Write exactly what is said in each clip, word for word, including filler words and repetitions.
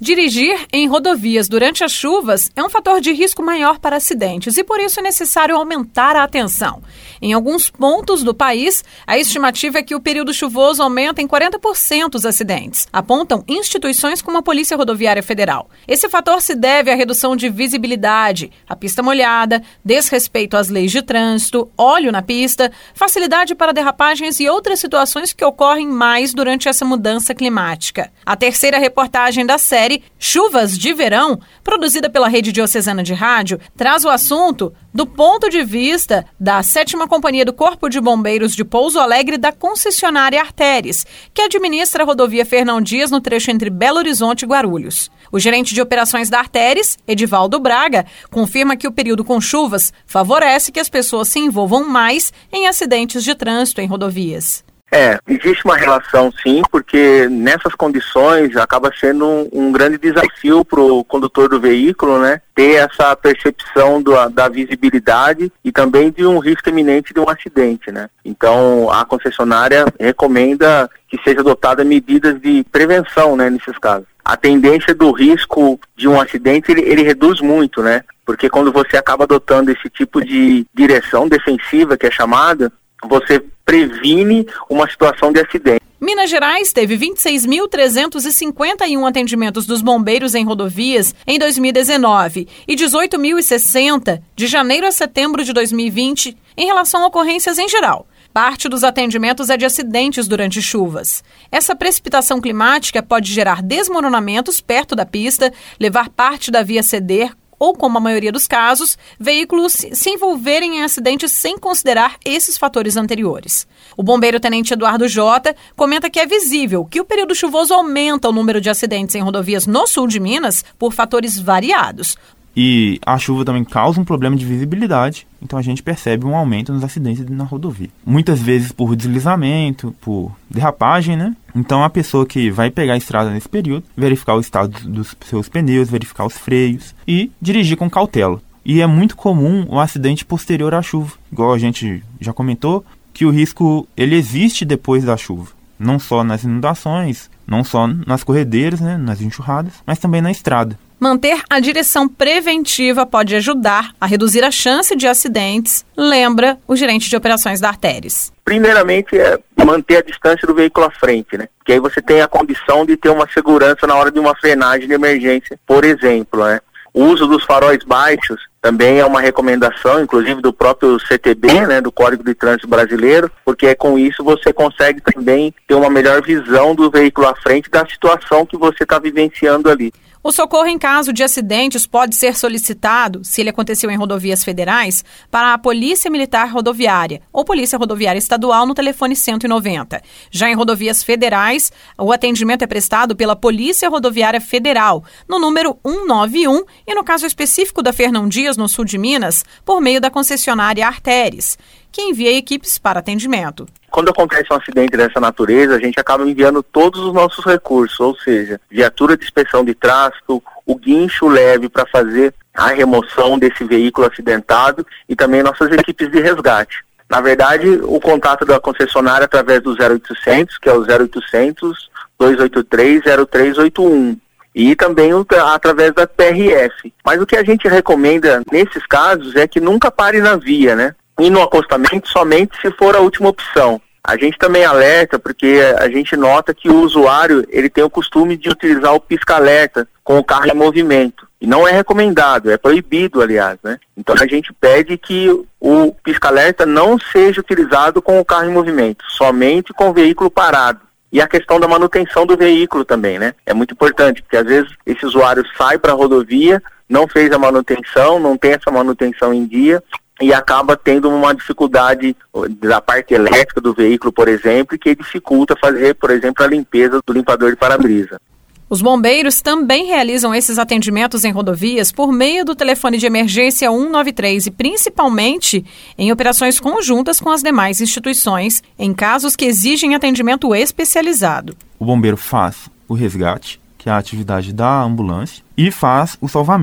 Dirigir em rodovias durante as chuvas é um fator de risco maior para acidentes e por isso é necessário aumentar a atenção. Em alguns pontos do país, a estimativa é que o período chuvoso aumenta em quarenta por cento os acidentes, apontam instituições como a Polícia Rodoviária Federal. Esse fator se deve à redução de visibilidade, a pista molhada, desrespeito às leis de trânsito, óleo na pista, facilidade para derrapagens e outras situações que ocorrem mais durante essa mudança climática. A terceira reportagem da série Chuvas de Verão, produzida pela Rede Diocesana de Rádio, traz o assunto do ponto de vista da sétima Companhia do Corpo de Bombeiros de Pouso Alegre da concessionária Arteres, que administra a rodovia Fernão Dias no trecho entre Belo Horizonte e Guarulhos. O gerente de operações da Arteres, Edivaldo Braga, confirma que o período com chuvas favorece que as pessoas se envolvam mais em acidentes de trânsito em rodovias. É, existe uma relação sim, porque nessas condições acaba sendo um, um grande desafio para o condutor do veículo, né? Ter essa percepção do, da visibilidade e também de um risco iminente de um acidente, né? Então a concessionária recomenda que seja adotada medidas de prevenção, né, nesses casos. A tendência do risco de um acidente, ele, ele reduz muito, né? Porque quando você acaba adotando esse tipo de direção defensiva, que é chamada, você previne uma situação de acidente. Minas Gerais teve vinte e seis mil trezentos e cinquenta e um atendimentos dos bombeiros em rodovias em dois mil e dezenove e dezoito mil e sessenta de janeiro a setembro de dois mil e vinte em relação a ocorrências em geral. Parte dos atendimentos é de acidentes durante chuvas. Essa precipitação climática pode gerar desmoronamentos perto da pista, levar parte da via a ceder, ou, como a maioria dos casos, veículos se envolverem em acidentes sem considerar esses fatores anteriores. O bombeiro-tenente Eduardo Jota comenta que é visível que o período chuvoso aumenta o número de acidentes em rodovias no sul de Minas por fatores variados. E a chuva também causa um problema de visibilidade, então a gente percebe um aumento nos acidentes na rodovia. Muitas vezes por deslizamento, por derrapagem, né? Então a pessoa que vai pegar a estrada nesse período, verificar o estado dos seus pneus, verificar os freios e dirigir com cautela. E é muito comum o acidente posterior à chuva, igual a gente já comentou, que o risco ele existe depois da chuva. Não só nas inundações, não só nas corredeiras, né, nas enxurradas, mas também na estrada. Manter a direção preventiva pode ajudar a reduzir a chance de acidentes, lembra o gerente de operações da Arteres. Primeiramente é manter a distância do veículo à frente, né? Porque aí você tem a condição de ter uma segurança na hora de uma frenagem de emergência, por exemplo, né? O uso dos faróis baixos também é uma recomendação, inclusive do próprio C T B, né, do Código de Trânsito Brasileiro, porque com isso você consegue também ter uma melhor visão do veículo à frente da situação que você está vivenciando ali. O socorro em caso de acidentes pode ser solicitado, se ele aconteceu em rodovias federais, para a Polícia Militar Rodoviária ou Polícia Rodoviária Estadual no telefone cento e noventa. Já em rodovias federais, o atendimento é prestado pela Polícia Rodoviária Federal, no número cento e noventa e um e no caso específico da Fernão Dias, no sul de Minas, por meio da concessionária Arteres, que envia equipes para atendimento. Quando acontece um acidente dessa natureza, a gente acaba enviando todos os nossos recursos, ou seja, viatura de inspeção de tráfego, o guincho leve para fazer a remoção desse veículo acidentado e também nossas equipes de resgate. Na verdade, o contato da concessionária através do zero oitocentos, que é o zero oitocentos, dois oito três, zero três oito um. E também o, através da P R F. Mas o que a gente recomenda nesses casos é que nunca pare na via, né? E no acostamento somente se for a última opção. A gente também alerta porque a gente nota que o usuário ele tem o costume de utilizar o pisca-alerta com o carro em movimento. E não é recomendado, é proibido, aliás, né? Então a gente pede que o pisca-alerta não seja utilizado com o carro em movimento, somente com o veículo parado. E a questão da manutenção do veículo também, né? É muito importante, porque às vezes esse usuário sai para a rodovia, não fez a manutenção, não tem essa manutenção em dia e acaba tendo uma dificuldade da parte elétrica do veículo, por exemplo, que dificulta fazer, por exemplo, a limpeza do limpador de para-brisa. Os bombeiros também realizam esses atendimentos em rodovias por meio do telefone de emergência cento e noventa e três e principalmente em operações conjuntas com as demais instituições, em casos que exigem atendimento especializado. O bombeiro faz o resgate, que é a atividade da ambulância, e faz o salvamento,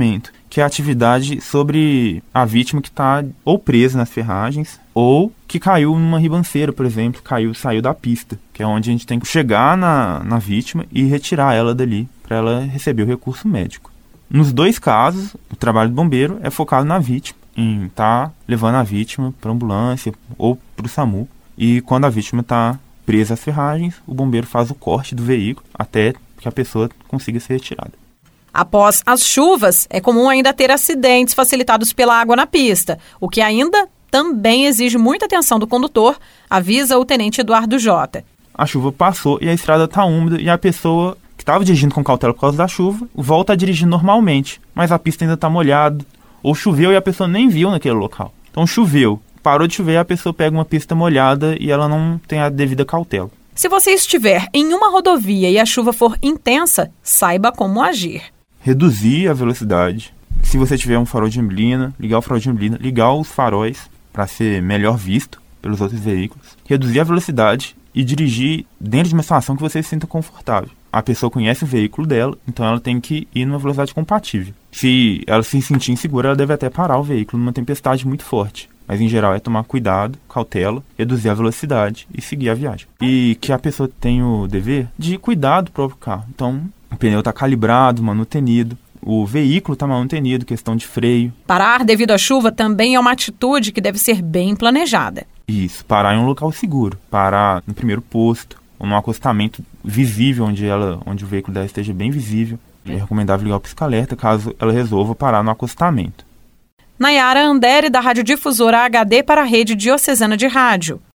que é a atividade sobre a vítima que está ou presa nas ferragens ou que caiu numa ribanceira, por exemplo, caiu, saiu da pista, que é onde a gente tem que chegar na, na vítima e retirar ela dali para ela receber o recurso médico. Nos dois casos, o trabalho do bombeiro é focado na vítima, em estar tá levando a vítima para a ambulância ou para o SAMU. E quando a vítima está presa às ferragens, o bombeiro faz o corte do veículo até que a pessoa consiga ser retirada. Após as chuvas, é comum ainda ter acidentes facilitados pela água na pista, o que ainda também exige muita atenção do condutor, avisa o tenente Eduardo Jota. A chuva passou e a estrada está úmida e a pessoa que estava dirigindo com cautela por causa da chuva volta a dirigir normalmente, mas a pista ainda está molhada, ou choveu e a pessoa nem viu naquele local. Então choveu, parou de chover, a pessoa pega uma pista molhada e ela não tem a devida cautela. Se você estiver em uma rodovia e a chuva for intensa, saiba como agir. Reduzir a velocidade. Se você tiver um farol de neblina, ligar o farol de neblina, ligar os faróis para ser melhor visto pelos outros veículos. Reduzir a velocidade e dirigir dentro de uma situação que você se sinta confortável. A pessoa conhece o veículo dela, então ela tem que ir numa velocidade compatível. Se ela se sentir insegura, ela deve até parar o veículo numa tempestade muito forte. Mas, em geral, é tomar cuidado, cautela, reduzir a velocidade e seguir a viagem. E que a pessoa tem o dever de cuidar do próprio carro. Então, o pneu está calibrado, manutenido, o veículo está manutenido, questão de freio. Parar devido à chuva também é uma atitude que deve ser bem planejada. Isso, parar em um local seguro. Parar no primeiro posto, ou num acostamento visível, onde, ela, onde o veículo dela esteja bem visível. É recomendável ligar o pisca-alerta caso ela resolva parar no acostamento. Nayara Andere, da Rádio Difusora H D para a Rede Diocesana de Rádio.